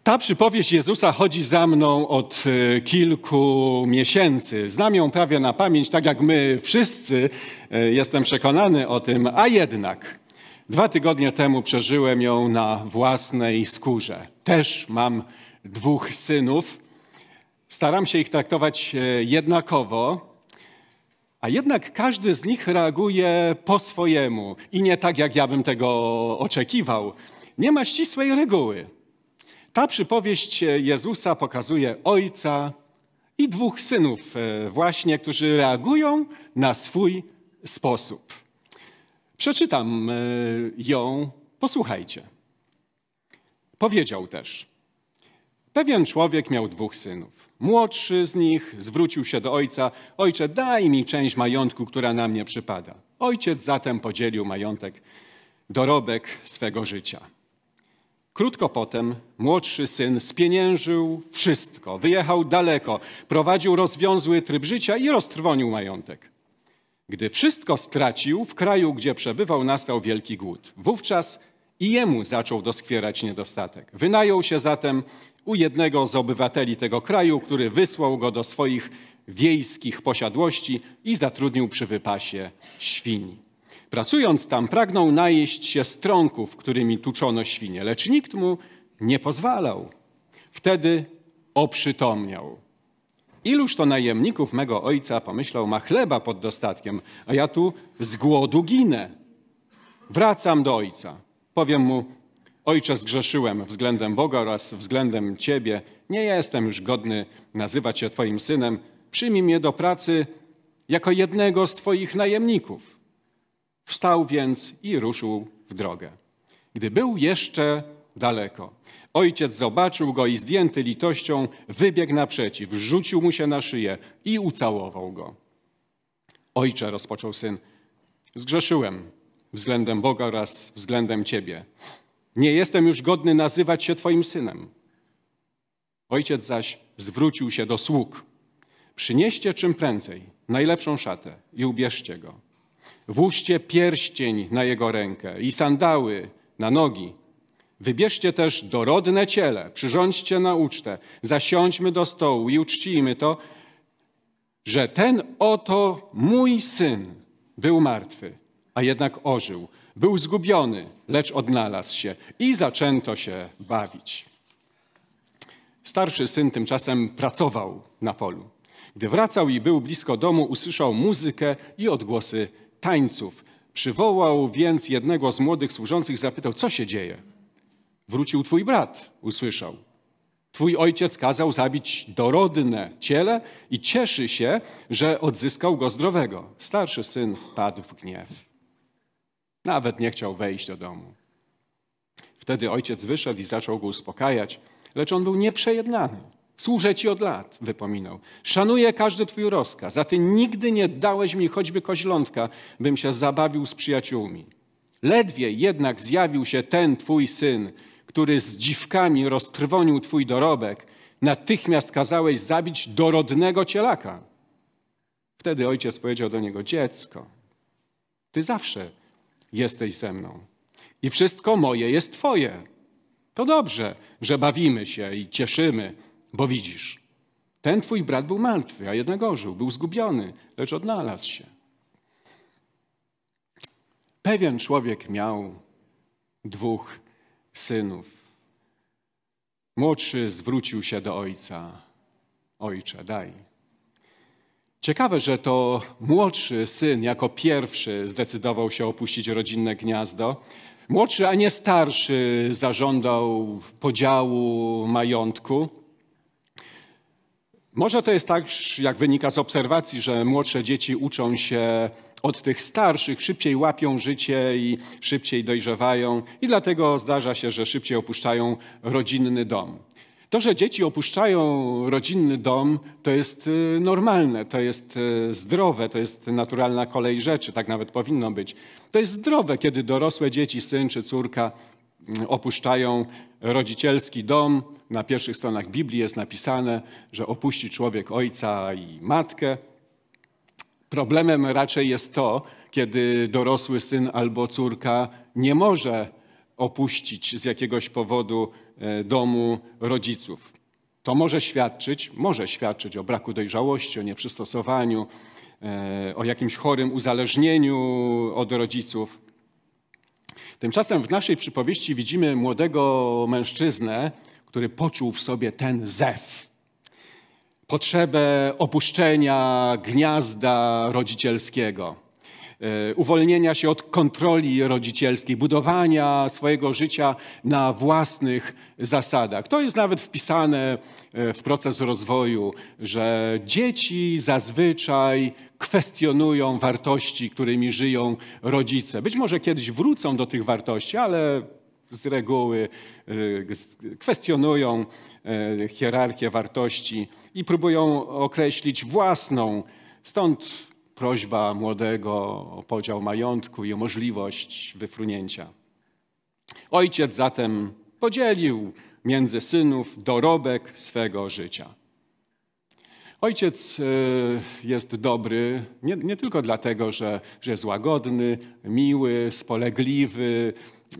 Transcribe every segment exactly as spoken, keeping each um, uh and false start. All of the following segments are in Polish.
Ta przypowieść Jezusa chodzi za mną od kilku miesięcy. Znam ją prawie na pamięć, tak jak my wszyscy, jestem przekonany o tym, a jednak dwa tygodnie temu przeżyłem ją na własnej skórze. Też mam dwóch synów. Staram się ich traktować jednakowo, a jednak każdy z nich reaguje po swojemu i nie tak, jak ja bym tego oczekiwał. Nie ma ścisłej reguły. Ta przypowieść Jezusa pokazuje ojca i dwóch synów właśnie, którzy reagują na swój sposób. Przeczytam ją, posłuchajcie. Powiedział też: pewien człowiek miał dwóch synów. Młodszy z nich zwrócił się do ojca: ojcze, daj mi część majątku, która na mnie przypada. Ojciec zatem podzielił majątek, dorobek swego życia. Krótko potem młodszy syn spieniężył wszystko, wyjechał daleko, prowadził rozwiązły tryb życia i roztrwonił majątek. Gdy wszystko stracił, w kraju, gdzie przebywał, nastał wielki głód. Wówczas i jemu zaczął doskwierać niedostatek. Wynajął się zatem u jednego z obywateli tego kraju, który wysłał go do swoich wiejskich posiadłości i zatrudnił przy wypasie świń. Pracując tam, pragnął najeść się strąków, którymi tuczono świnie, lecz nikt mu nie pozwalał. Wtedy oprzytomniał. Iluż to najemników mego ojca, pomyślał, ma chleba pod dostatkiem, a ja tu z głodu ginę. Wracam do ojca. Powiem mu: ojcze, zgrzeszyłem względem Boga oraz względem ciebie. Nie jestem już godny nazywać się twoim synem. Przyjmij mnie do pracy jako jednego z twoich najemników. Wstał więc i ruszył w drogę. Gdy był jeszcze daleko, ojciec zobaczył go i zdjęty litością wybiegł naprzeciw, rzucił mu się na szyję i ucałował go. Ojcze, rozpoczął syn, zgrzeszyłem względem Boga oraz względem ciebie. Nie jestem już godny nazywać się twoim synem. Ojciec zaś zwrócił się do sług. Przynieście czym prędzej najlepszą szatę i ubierzcie go. Włóżcie pierścień na jego rękę i sandały na nogi. Wybierzcie też dorodne ciele, przyrządźcie na ucztę, zasiądźmy do stołu i uczcijmy to, że ten oto mój syn był martwy, a jednak ożył. Był zgubiony, lecz odnalazł się i zaczęto się bawić. Starszy syn tymczasem pracował na polu. Gdy wracał i był blisko domu, usłyszał muzykę i odgłosy tańców. Przywołał więc jednego z młodych służących, zapytał, co się dzieje. Wrócił twój brat, usłyszał. Twój ojciec kazał zabić dorodne ciele i cieszy się, że odzyskał go zdrowego. Starszy syn wpadł w gniew. Nawet nie chciał wejść do domu. Wtedy ojciec wyszedł i zaczął go uspokajać, lecz on był nieprzejednany. Służę ci od lat, wypominał. Szanuję każdy twój rozkaz, a ty nigdy nie dałeś mi choćby koźlątka, bym się zabawił z przyjaciółmi. Ledwie jednak zjawił się ten twój syn, który z dziwkami roztrwonił twój dorobek, natychmiast kazałeś zabić dorodnego cielaka. Wtedy ojciec powiedział do niego, dziecko, ty zawsze jesteś ze mną i wszystko moje jest twoje. To dobrze, że bawimy się i cieszymy, bo widzisz, ten twój brat był martwy, a jednak ożył, był zgubiony, lecz odnalazł się. Pewien człowiek miał dwóch synów. Młodszy zwrócił się do ojca. Ojcze, daj. Ciekawe, że to młodszy syn jako pierwszy zdecydował się opuścić rodzinne gniazdo. Młodszy, a nie starszy, zażądał podziału majątku. Może to jest tak, jak wynika z obserwacji, że młodsze dzieci uczą się od tych starszych, szybciej łapią życie i szybciej dojrzewają i dlatego zdarza się, że szybciej opuszczają rodzinny dom. To, że dzieci opuszczają rodzinny dom, to jest normalne, to jest zdrowe, to jest naturalna kolej rzeczy, tak nawet powinno być. To jest zdrowe, kiedy dorosłe dzieci, syn czy córka opuszczają rodzicielski dom. Na pierwszych stronach Biblii jest napisane, że opuści człowiek ojca i matkę. Problemem raczej jest to, kiedy dorosły syn albo córka nie może opuścić z jakiegoś powodu domu rodziców. To może świadczyć, może świadczyć o braku dojrzałości, o nieprzystosowaniu, o jakimś chorym uzależnieniu od rodziców. Tymczasem w naszej przypowieści widzimy młodego mężczyznę, który poczuł w sobie ten zew. Potrzebę opuszczenia gniazda rodzicielskiego, uwolnienia się od kontroli rodzicielskiej, budowania swojego życia na własnych zasadach. To jest nawet wpisane w proces rozwoju, że dzieci zazwyczaj kwestionują wartości, którymi żyją rodzice. Być może kiedyś wrócą do tych wartości, ale z reguły kwestionują hierarchię wartości i próbują określić własną. Stąd prośba młodego o podział majątku i o możliwość wyfrunięcia. Ojciec zatem podzielił między synów dorobek swego życia. Ojciec jest dobry nie, nie tylko dlatego, że, że jest łagodny, miły, spolegliwy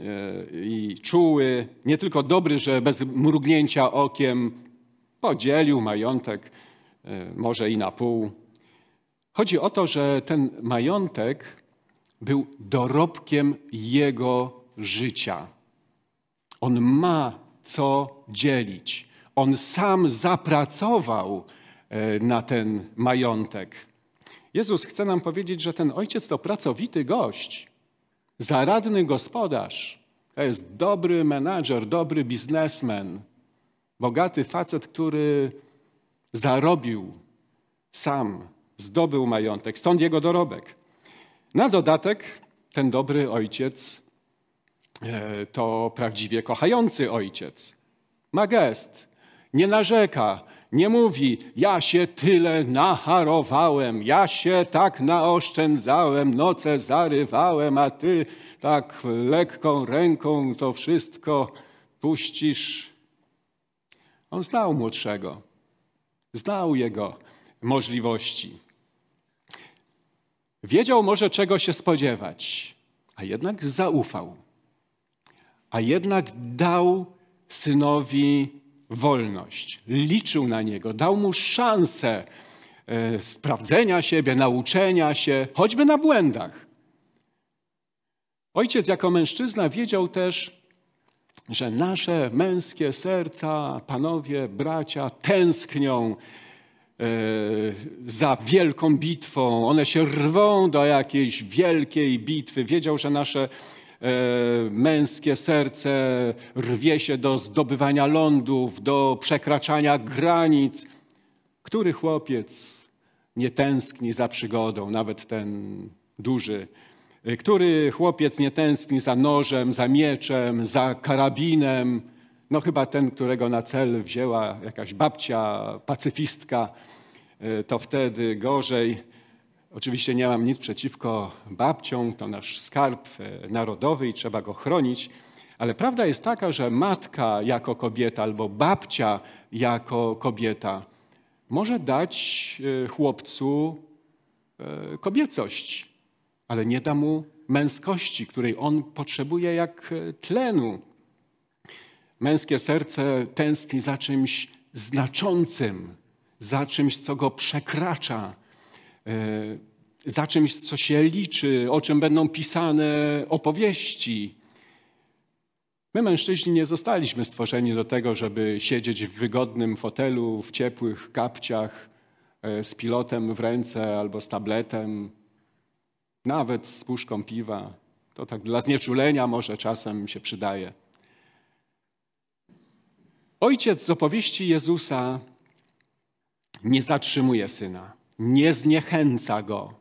i czuły. Nie tylko dobry, że bez mrugnięcia okiem podzielił majątek, może i na pół. Chodzi o to, że ten majątek był dorobkiem jego życia. On ma co dzielić. On sam zapracował na ten majątek. Jezus chce nam powiedzieć, że ten ojciec to pracowity gość, zaradny gospodarz. To jest dobry menadżer, dobry biznesmen, bogaty facet, który zarobił sam, zdobył majątek, stąd jego dorobek. Na dodatek ten dobry ojciec to prawdziwie kochający ojciec. Ma gest, nie narzeka, nie mówi: ja się tyle nacharowałem, ja się tak naoszczędzałem, noce zarywałem, a ty tak lekką ręką to wszystko puścisz. On znał młodszego, znał jego możliwości. Wiedział może, czego się spodziewać, a jednak zaufał. A jednak dał synowi wolność. Liczył na niego, dał mu szansę e, sprawdzenia siebie, nauczenia się, choćby na błędach. Ojciec jako mężczyzna wiedział też, że nasze męskie serca, panowie, bracia, tęsknią za wielką bitwą. One się rwą do jakiejś wielkiej bitwy. Wiedział, że nasze męskie serce rwie się do zdobywania lądów, do przekraczania granic. Który chłopiec nie tęskni za przygodą, nawet ten duży? Który chłopiec nie tęskni za nożem, za mieczem, za karabinem? No chyba ten, którego na cel wzięła jakaś babcia, pacyfistka, to wtedy gorzej. Oczywiście nie mam nic przeciwko babciom, to nasz skarb narodowy i trzeba go chronić, ale prawda jest taka, że matka jako kobieta albo babcia jako kobieta może dać chłopcu kobiecość, ale nie da mu męskości, której on potrzebuje jak tlenu. Męskie serce tęskni za czymś znaczącym, za czymś, co go przekracza, za czymś, co się liczy, o czym będą pisane opowieści. My, mężczyźni, nie zostaliśmy stworzeni do tego, żeby siedzieć w wygodnym fotelu, w ciepłych kapciach, z pilotem w ręce albo z tabletem, nawet z puszką piwa. To tak dla znieczulenia może czasem się przydaje. Ojciec z opowieści Jezusa nie zatrzymuje syna, nie zniechęca go.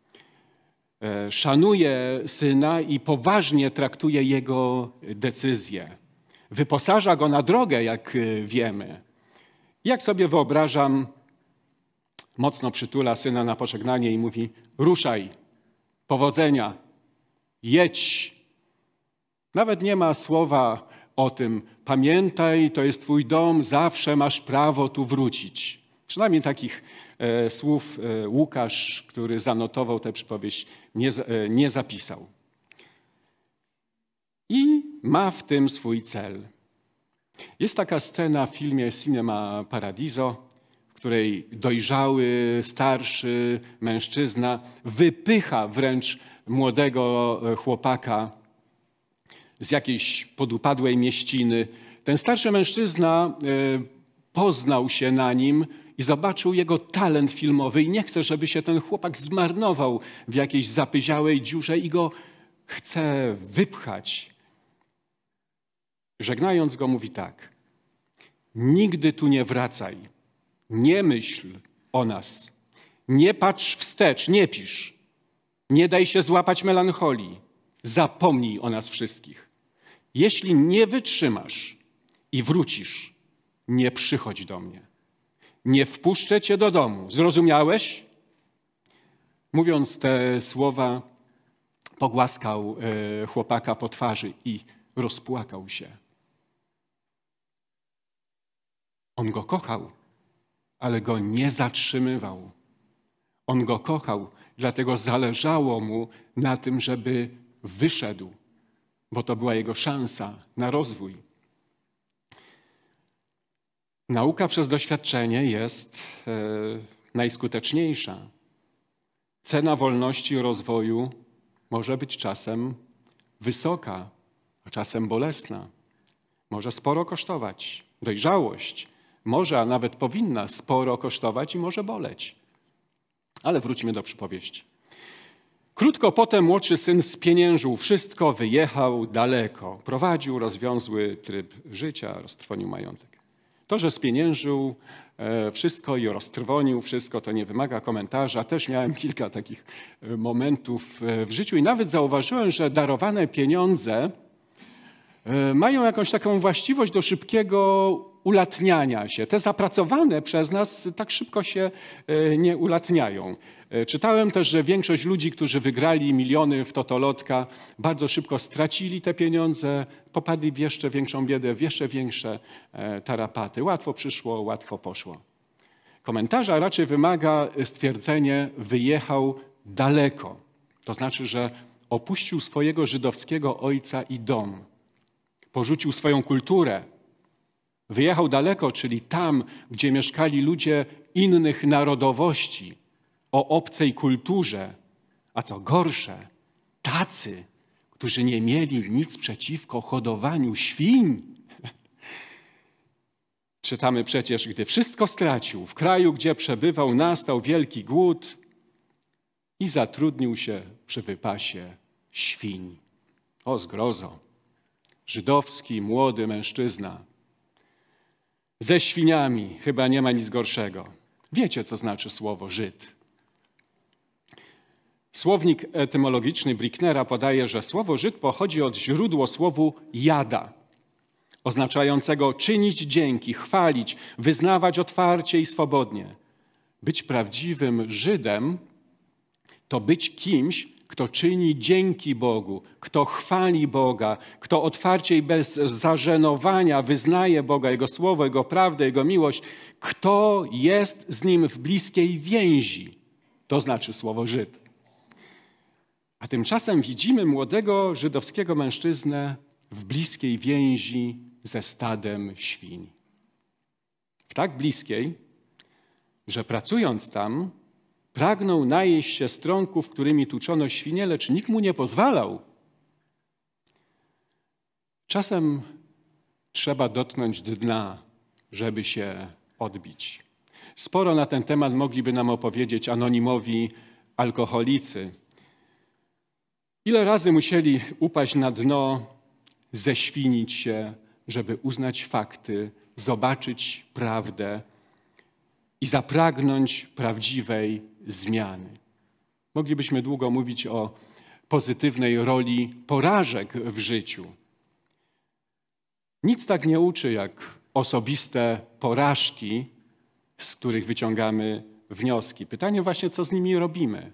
Szanuje syna i poważnie traktuje jego decyzje. Wyposaża go na drogę, jak wiemy. Jak sobie wyobrażam, mocno przytula syna na pożegnanie i mówi: ruszaj, powodzenia, jedź. Nawet nie ma słowa o tym: pamiętaj, to jest twój dom, zawsze masz prawo tu wrócić. Przynajmniej takich e, słów e, Łukasz, który zanotował tę przypowieść, nie, e, nie zapisał. I ma w tym swój cel. Jest taka scena w filmie Cinema Paradiso, w której dojrzały, starszy mężczyzna wypycha wręcz młodego chłopaka z jakiejś podupadłej mieściny. Ten starszy mężczyzna poznał się na nim i zobaczył jego talent filmowy i nie chce, żeby się ten chłopak zmarnował w jakiejś zapyziałej dziurze i go chce wypchać. Żegnając go mówi tak: nigdy tu nie wracaj, nie myśl o nas, nie patrz wstecz, nie pisz, nie daj się złapać melancholii, zapomnij o nas wszystkich. Jeśli nie wytrzymasz i wrócisz, nie przychodź do mnie. Nie wpuszczę cię do domu. Zrozumiałeś? Mówiąc te słowa, pogłaskał chłopaka po twarzy i rozpłakał się. On go kochał, ale go nie zatrzymywał. On go kochał, dlatego zależało mu na tym, żeby wyszedł, bo to była jego szansa na rozwój. Nauka przez doświadczenie jest e, najskuteczniejsza. Cena wolności i rozwoju może być czasem wysoka, a czasem bolesna. Może sporo kosztować. Dojrzałość może, a nawet powinna sporo kosztować i może boleć. Ale wróćmy do przypowieści. Krótko potem młodszy syn spieniężył wszystko, wyjechał daleko. Prowadził rozwiązły tryb życia, roztrwonił majątek. To, że spieniężył wszystko i roztrwonił wszystko, to nie wymaga komentarza. Też miałem kilka takich momentów w życiu i nawet zauważyłem, że darowane pieniądze mają jakąś taką właściwość do szybkiego ulatniania się. Te zapracowane przez nas tak szybko się nie ulatniają. Czytałem też, że większość ludzi, którzy wygrali miliony w totolotka, bardzo szybko stracili te pieniądze, popadli w jeszcze większą biedę, w jeszcze większe tarapaty. Łatwo przyszło, łatwo poszło. Komentarza raczej wymaga stwierdzenie: wyjechał daleko. To znaczy, że opuścił swojego żydowskiego ojca i dom. Porzucił swoją kulturę. Wyjechał daleko, czyli tam, gdzie mieszkali ludzie innych narodowości, o obcej kulturze, a co gorsze, tacy, którzy nie mieli nic przeciwko hodowaniu świń. Czytamy przecież, gdy wszystko stracił, w kraju, gdzie przebywał, nastał wielki głód i zatrudnił się przy wypasie świń. O zgrozo! Żydowski, młody mężczyzna. Ze świniami chyba nie ma nic gorszego. Wiecie, co znaczy słowo Żyd. Słownik etymologiczny Bricknera podaje, że słowo Żyd pochodzi od źródła słowu jada, oznaczającego czynić dzięki, chwalić, wyznawać otwarcie i swobodnie. Być prawdziwym Żydem to być kimś, kto czyni dzięki Bogu, kto chwali Boga, kto otwarcie i bez zażenowania wyznaje Boga, Jego słowo, Jego prawdę, Jego miłość, kto jest z Nim w bliskiej więzi. To znaczy słowo Żyd. A tymczasem widzimy młodego żydowskiego mężczyznę w bliskiej więzi ze stadem świń. W tak bliskiej, że pracując tam, pragnął najeść się strąków, którymi tuczono świnie, lecz nikt mu nie pozwalał. Czasem trzeba dotknąć dna, żeby się odbić. Sporo na ten temat mogliby nam opowiedzieć anonimowi alkoholicy. Ile razy musieli upaść na dno, ześwinić się, żeby uznać fakty, zobaczyć prawdę i zapragnąć prawdziwej zmiany. Moglibyśmy długo mówić o pozytywnej roli porażek w życiu. Nic tak nie uczy jak osobiste porażki, z których wyciągamy wnioski. Pytanie właśnie, co z nimi robimy.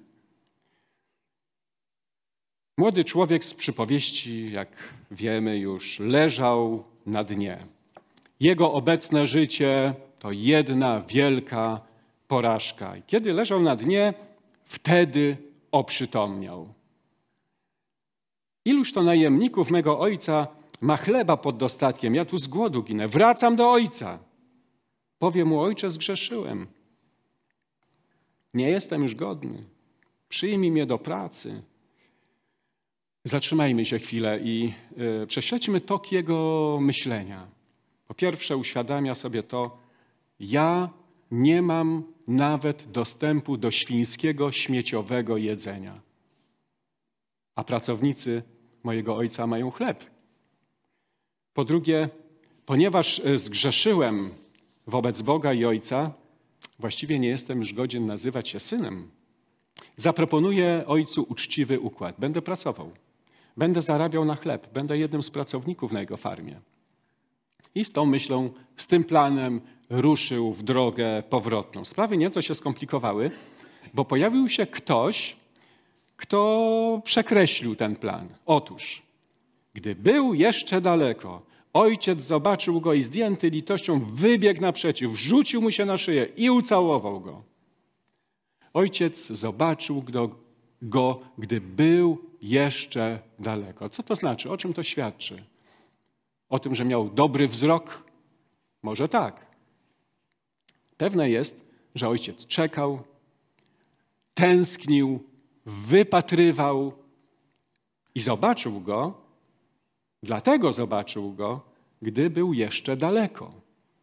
Młody człowiek z przypowieści, jak wiemy już, leżał na dnie. Jego obecne życie to jedna wielka porażka. I kiedy leżał na dnie, wtedy oprzytomniał. Iluż to najemników mego ojca ma chleba pod dostatkiem, ja tu z głodu ginę. Wracam do ojca. Powie mu: ojcze, zgrzeszyłem. Nie jestem już godny. Przyjmij mnie do pracy. Zatrzymajmy się chwilę i y, prześledźmy tok jego myślenia. Po pierwsze, uświadamia sobie to: ja nie mam nawet dostępu do świńskiego, śmieciowego jedzenia. A pracownicy mojego ojca mają chleb. Po drugie, ponieważ zgrzeszyłem wobec Boga i Ojca, właściwie nie jestem już godzien nazywać się synem. Zaproponuję ojcu uczciwy układ. Będę pracował. Będę zarabiał na chleb. Będę jednym z pracowników na jego farmie. I z tą myślą, z tym planem ruszył w drogę powrotną. Sprawy nieco się skomplikowały, bo pojawił się ktoś, kto przekreślił ten plan. Otóż, gdy był jeszcze daleko, ojciec zobaczył go i zdjęty litością wybiegł naprzeciw, rzucił mu się na szyję i ucałował go. Ojciec zobaczył go, go, gdy był jeszcze daleko. Co to znaczy? O czym to świadczy? O tym, że miał dobry wzrok? Może tak. Pewne jest, że ojciec czekał, tęsknił, wypatrywał i zobaczył go, dlatego zobaczył go, gdy był jeszcze daleko.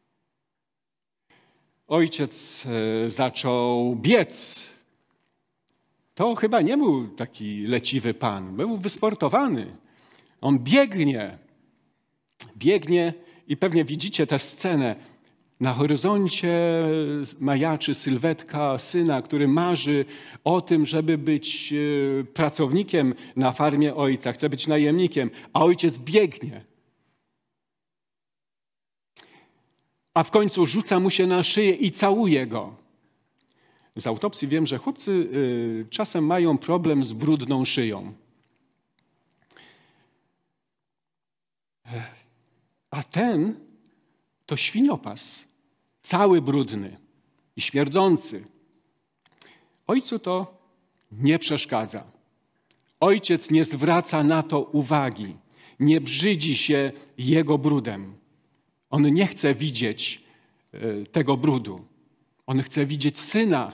Ojciec zaczął biec. To chyba nie był taki leciwy pan, był wysportowany. On biegnie, biegnie i pewnie widzicie tę scenę. Na horyzoncie majaczy sylwetka syna, który marzy o tym, żeby być pracownikiem na farmie ojca, chce być najemnikiem, a ojciec biegnie. A w końcu rzuca mu się na szyję i całuje go. Z autopsji wiem, że chłopcy czasem mają problem z brudną szyją. A ten to świniopas, cały brudny i śmierdzący. Ojcu to nie przeszkadza. Ojciec nie zwraca na to uwagi, nie brzydzi się jego brudem. On nie chce widzieć tego brudu. On chce widzieć syna.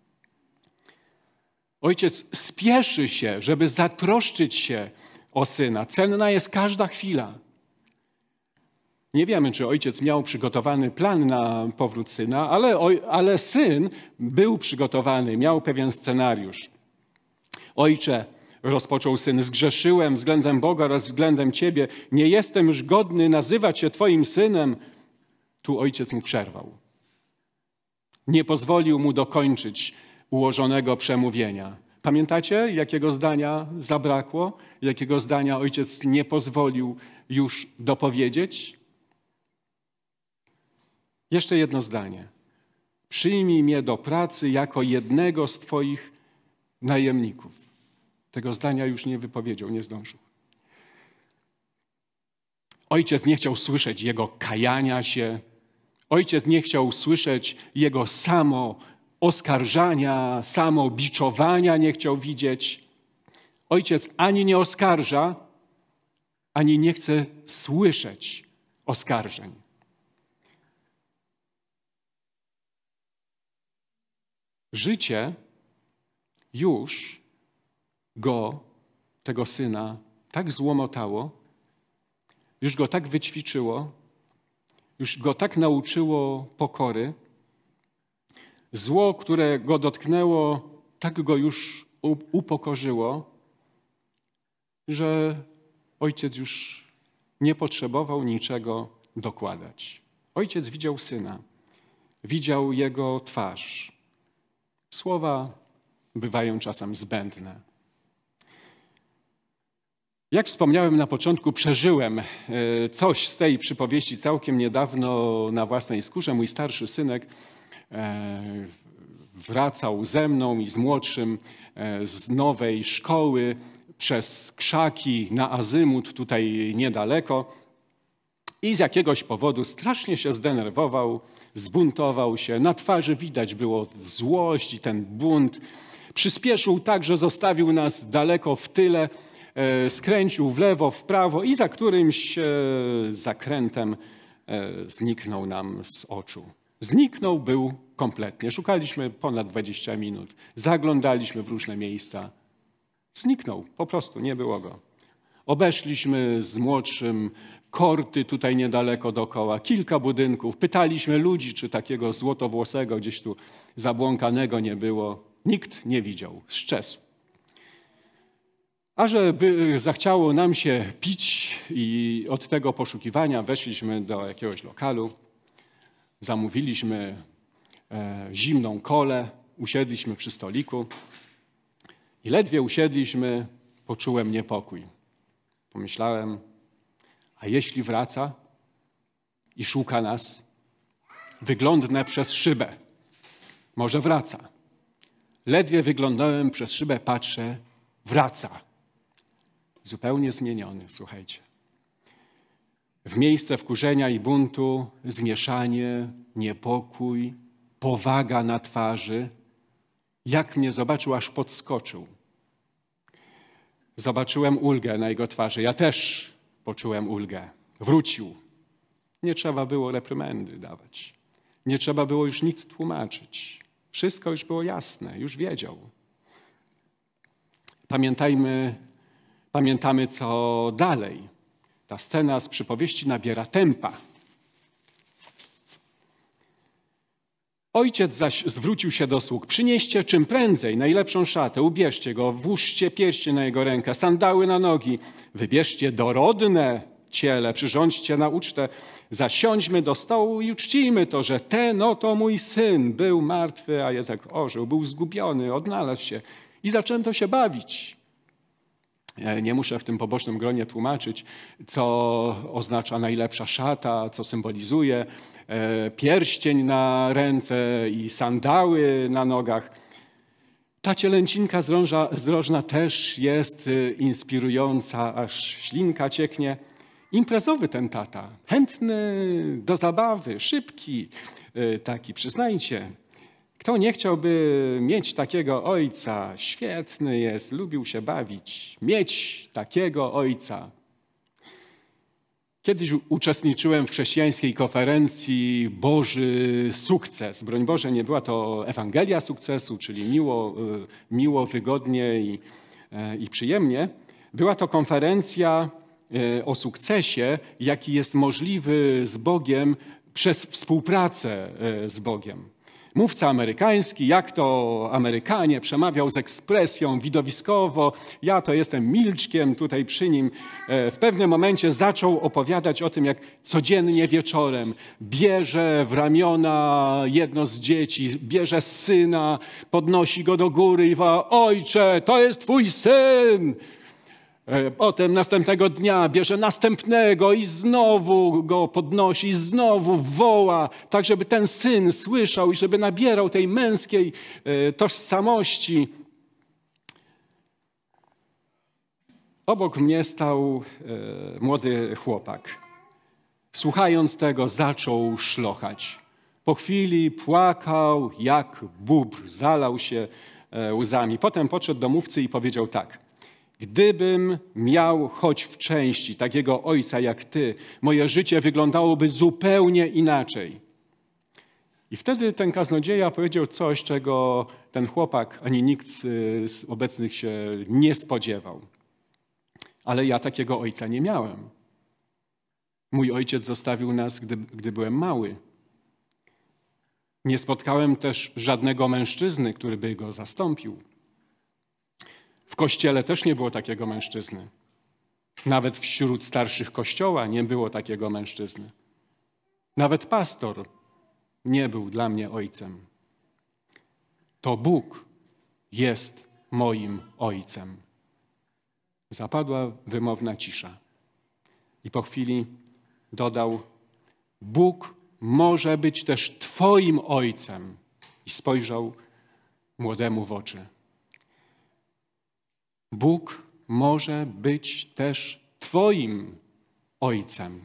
Ojciec spieszy się, żeby zatroszczyć się o syna. Cenna jest każda chwila. Nie wiemy, czy ojciec miał przygotowany plan na powrót syna, ale, ale syn był przygotowany, miał pewien scenariusz. Ojcze, rozpoczął syn, zgrzeszyłem względem Boga oraz względem Ciebie. Nie jestem już godny nazywać się Twoim synem. Tu ojciec mu przerwał. Nie pozwolił mu dokończyć ułożonego przemówienia. Pamiętacie, jakiego zdania zabrakło? Jakiego zdania ojciec nie pozwolił już dopowiedzieć? Jeszcze jedno zdanie. Przyjmij mnie do pracy jako jednego z Twoich najemników. Tego zdania już nie wypowiedział, nie zdążył. Ojciec nie chciał słyszeć jego kajania się. Ojciec nie chciał słyszeć jego samo oskarżania, samo biczowania nie chciał widzieć. Ojciec ani nie oskarża, ani nie chce słyszeć oskarżeń. Życie już go, tego syna, tak złomotało, już go tak wyćwiczyło, już go tak nauczyło pokory. Zło, które go dotknęło, tak go już upokorzyło, że ojciec już nie potrzebował niczego dokładać. Ojciec widział syna, widział jego twarz. Słowa bywają czasem zbędne. Jak wspomniałem na początku, przeżyłem coś z tej przypowieści całkiem niedawno na własnej skórze. Mój starszy synek wracał ze mną i z młodszym z nowej szkoły przez krzaki na azymut tutaj niedaleko i z jakiegoś powodu strasznie się zdenerwował, zbuntował się. Na twarzy widać było złość i ten bunt. Przyspieszył tak, że zostawił nas daleko w tyle. skręcił w lewo, w prawo i za którymś zakrętem zniknął nam z oczu. Zniknął, był kompletnie. Szukaliśmy ponad dwadzieścia minut. Zaglądaliśmy w różne miejsca. Zniknął, po prostu nie było go. Obeszliśmy z młodszym korty tutaj niedaleko dookoła, kilka budynków. Pytaliśmy ludzi, czy takiego złotowłosego, gdzieś tu zabłąkanego nie było. Nikt nie widział, szczesł. A żeby zachciało nam się pić i od tego poszukiwania weszliśmy do jakiegoś lokalu, zamówiliśmy e, zimną kolę, usiedliśmy przy stoliku i ledwie usiedliśmy, poczułem niepokój. Pomyślałem, a jeśli wraca i szuka nas, wyglądnę przez szybę. Może wraca. Ledwie wyglądałem przez szybę, patrzę, wraca. Zupełnie zmieniony, słuchajcie. W miejsce wkurzenia i buntu zmieszanie, niepokój, powaga na twarzy. Jak mnie zobaczył, aż podskoczył. Zobaczyłem ulgę na jego twarzy. Ja też poczułem ulgę. Wrócił. Nie trzeba było reprymendy dawać. Nie trzeba było już nic tłumaczyć. Wszystko już było jasne, już wiedział. Pamiętajmy, pamiętamy, co dalej. Ta scena z przypowieści nabiera tempa. Ojciec zaś zwrócił się do sług. Przynieście czym prędzej najlepszą szatę, ubierzcie go, włóżcie pierścień na jego rękę, sandały na nogi, wybierzcie dorodne ciele, przyrządźcie na ucztę, zasiądźmy do stołu i uczcijmy to, że ten oto mój syn był martwy, a jednak ożył, był zgubiony, odnalazł się i zaczęto się bawić. Nie muszę w tym pobocznym gronie tłumaczyć, co oznacza najlepsza szata, co symbolizuje pierścień na ręce i sandały na nogach. Ta cielęcinka zdrożna, zdrożna też jest inspirująca, aż ślinka cieknie. Imprezowy ten tata, chętny do zabawy, szybki taki, przyznajcie. Kto nie chciałby mieć takiego ojca? Świetny jest, lubił się bawić. Mieć takiego ojca. Kiedyś uczestniczyłem w chrześcijańskiej konferencji Boży Sukces. Broń Boże, nie była to Ewangelia Sukcesu, czyli miło, miło wygodnie i, i przyjemnie. Była to konferencja o sukcesie, jaki jest możliwy z Bogiem przez współpracę z Bogiem. Mówca amerykański, jak to Amerykanie, przemawiał z ekspresją widowiskowo. Ja to jestem milczkiem tutaj przy nim. W pewnym momencie zaczął opowiadać o tym, jak codziennie wieczorem bierze w ramiona jedno z dzieci, bierze syna, podnosi go do góry i woła: ojcze, to jest twój syn! Potem następnego dnia bierze następnego i znowu go podnosi, i znowu woła, tak żeby ten syn słyszał i żeby nabierał tej męskiej tożsamości. Obok mnie stał młody chłopak. Słuchając tego, zaczął szlochać. Po chwili płakał jak bóbr, zalał się łzami. Potem podszedł do mówcy i powiedział tak: gdybym miał choć w części takiego ojca jak ty, moje życie wyglądałoby zupełnie inaczej. I wtedy ten kaznodzieja powiedział coś, czego ten chłopak ani nikt z obecnych się nie spodziewał. Ale ja takiego ojca nie miałem. Mój ojciec zostawił nas, gdy, gdy byłem mały. Nie spotkałem też żadnego mężczyzny, który by go zastąpił. W kościele też nie było takiego mężczyzny. Nawet wśród starszych kościoła nie było takiego mężczyzny. Nawet pastor nie był dla mnie ojcem. To Bóg jest moim ojcem. Zapadła wymowna cisza. I po chwili dodał: Bóg może być też twoim ojcem. I spojrzał młodemu w oczy. Bóg może być też twoim ojcem.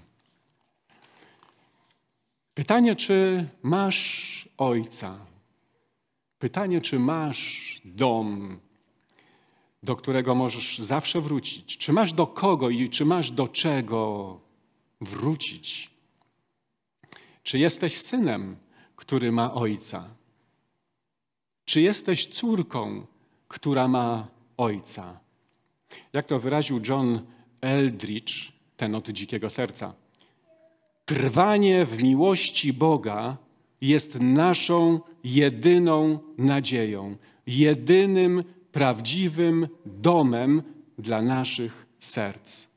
Pytanie, czy masz ojca? Pytanie, czy masz dom? do którego możesz zawsze wrócić? Czy masz do kogo i czy masz do czego wrócić? Czy jesteś synem, który ma ojca? Czy jesteś córką, która ma ojca? Jak to wyraził John Eldridge, ten od Dzikiego Serca. Trwanie w miłości Boga jest naszą jedyną nadzieją, jedynym prawdziwym domem dla naszych serc.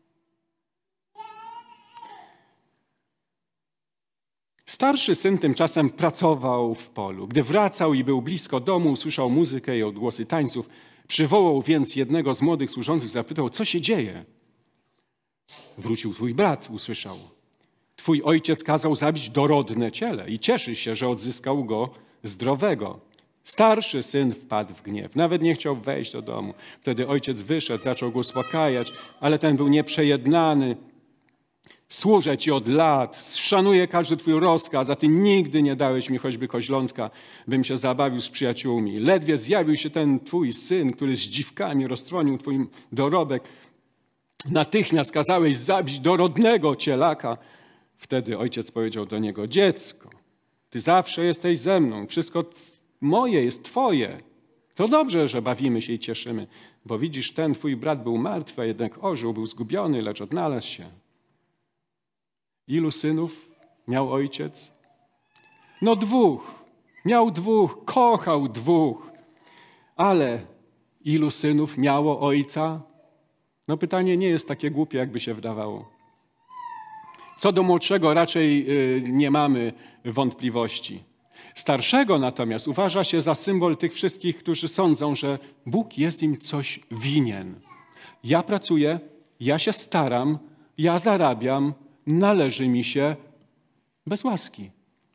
Starszy syn tymczasem pracował w polu. Gdy wracał i był blisko domu, usłyszał muzykę i odgłosy tańców. Przywołał więc jednego z młodych służących, zapytał, co się dzieje? Wrócił twój brat, usłyszał. Twój ojciec kazał zabić dorodne ciele i cieszy się, że odzyskał go zdrowego. Starszy syn wpadł w gniew. Nawet nie chciał wejść do domu. Wtedy ojciec wyszedł, zaczął go uspokajać, ale ten był nieprzejednany. Służę ci od lat, szanuję każdy twój rozkaz, a ty nigdy nie dałeś mi choćby koźlątka, bym się zabawił z przyjaciółmi. Ledwie zjawił się ten twój syn, który z dziwkami roztrwonił twój dorobek. Natychmiast kazałeś zabić dorodnego cielaka. Wtedy ojciec powiedział do niego, dziecko, ty zawsze jesteś ze mną, wszystko moje jest twoje. To dobrze, że bawimy się i cieszymy, bo widzisz, ten twój brat był martwy, a jednak ożył, był zgubiony, lecz odnalazł się. Ilu synów miał ojciec? No dwóch. Miał dwóch, kochał dwóch. Ale ilu synów miało ojca? No pytanie nie jest takie głupie, jakby się wydawało. Co do młodszego raczej nie mamy wątpliwości. Starszego natomiast uważa się za symbol tych wszystkich, którzy sądzą, że Bóg jest im coś winien. Ja pracuję, ja się staram, ja zarabiam, należy mi się bez łaski.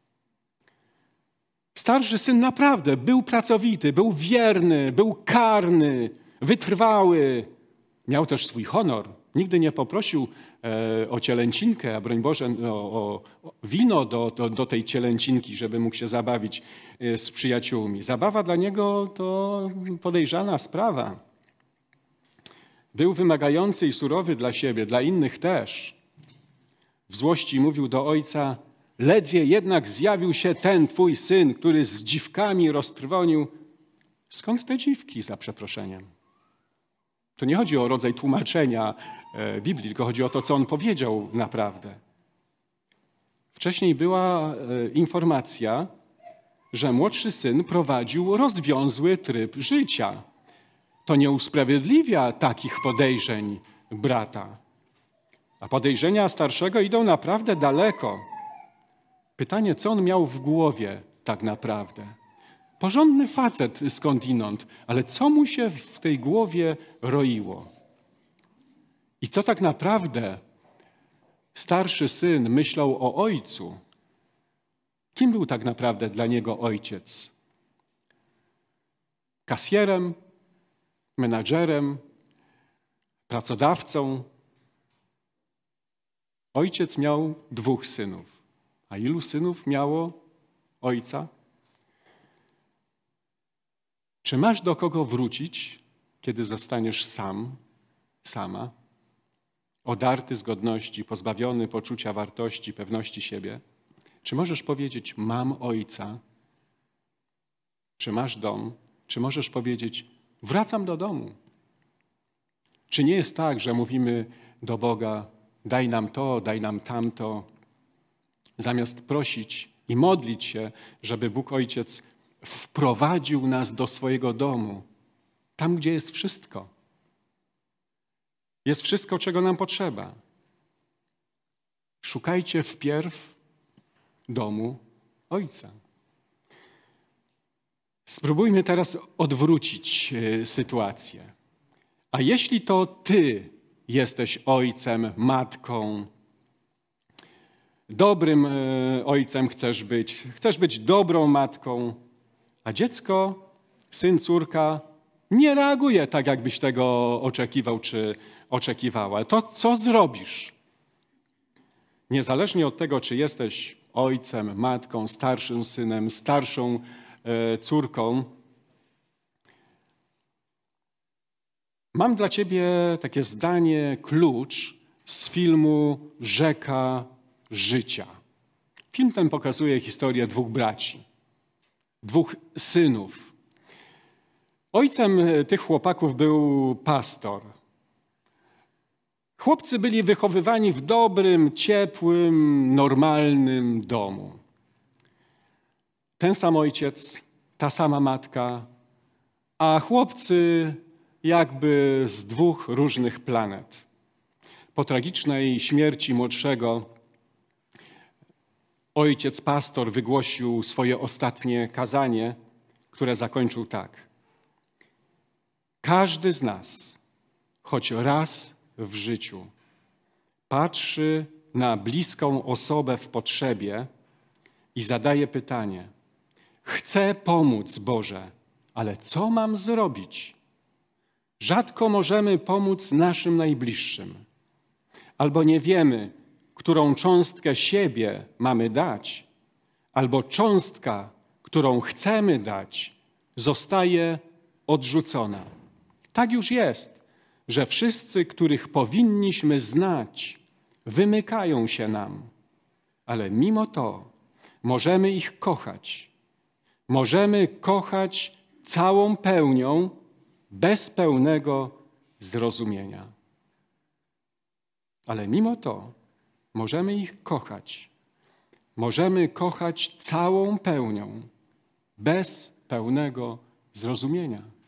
Starszy syn naprawdę był pracowity, był wierny, był karny, wytrwały. Miał też swój honor. Nigdy nie poprosił e, o cielęcinkę, a broń Boże o, o, o wino do, do, do tej cielęcinki, żeby mógł się zabawić e, z przyjaciółmi. Zabawa dla niego to podejrzana sprawa. Był wymagający i surowy dla siebie, dla innych też. W złości mówił do ojca, ledwie jednak zjawił się ten twój syn, który z dziwkami roztrwonił. Skąd te dziwki, za przeproszeniem? To nie chodzi o rodzaj tłumaczenia Biblii, tylko chodzi o to, co on powiedział naprawdę. Wcześniej była informacja, że młodszy syn prowadził rozwiązły tryb życia. To nie usprawiedliwia takich podejrzeń brata. A podejrzenia starszego idą naprawdę daleko. Pytanie, co on miał w głowie tak naprawdę? Porządny facet skądinąd, ale co mu się w tej głowie roiło? I co tak naprawdę starszy syn myślał o ojcu? Kim był tak naprawdę dla niego ojciec? Kasjerem, menadżerem, pracodawcą? Ojciec miał dwóch synów. A ilu synów miało ojca? Czy masz do kogo wrócić, kiedy zostaniesz sam, sama? Odarty z godności, pozbawiony poczucia wartości, pewności siebie? Czy możesz powiedzieć, mam ojca? Czy masz dom? Czy możesz powiedzieć, wracam do domu? Czy nie jest tak, że mówimy do Boga, daj nam to, daj nam tamto, zamiast prosić i modlić się, żeby Bóg Ojciec wprowadził nas do swojego domu, tam, gdzie jest wszystko. Jest wszystko, czego nam potrzeba. Szukajcie wpierw domu Ojca. Spróbujmy teraz odwrócić sytuację. A jeśli to ty jesteś ojcem, matką, dobrym ojcem chcesz być, chcesz być dobrą matką, a dziecko, syn, córka nie reaguje tak, jakbyś tego oczekiwał czy oczekiwała. To co zrobisz? Niezależnie od tego, czy jesteś ojcem, matką, starszym synem, starszą córką, Mam dla ciebie takie zdanie, klucz z filmu Rzeka życia. Film ten pokazuje historię dwóch braci, dwóch synów. Ojcem tych chłopaków był pastor. Chłopcy byli wychowywani w dobrym, ciepłym, normalnym domu. Ten sam ojciec, ta sama matka, a chłopcy jakby z dwóch różnych planet. Po tragicznej śmierci młodszego ojciec pastor wygłosił swoje ostatnie kazanie, które zakończył tak. Każdy z nas, choć raz w życiu, patrzy na bliską osobę w potrzebie i zadaje pytanie: chcę pomóc, Boże, ale co mam zrobić? Rzadko możemy pomóc naszym najbliższym, albo nie wiemy, którą cząstkę siebie mamy dać, albo cząstka, którą chcemy dać, zostaje odrzucona. Tak już jest, że wszyscy, których powinniśmy znać, wymykają się nam, ale mimo to możemy ich kochać. Możemy kochać całą pełnią, bez pełnego zrozumienia. Ale mimo to możemy ich kochać. Możemy kochać całą pełnią, bez pełnego zrozumienia.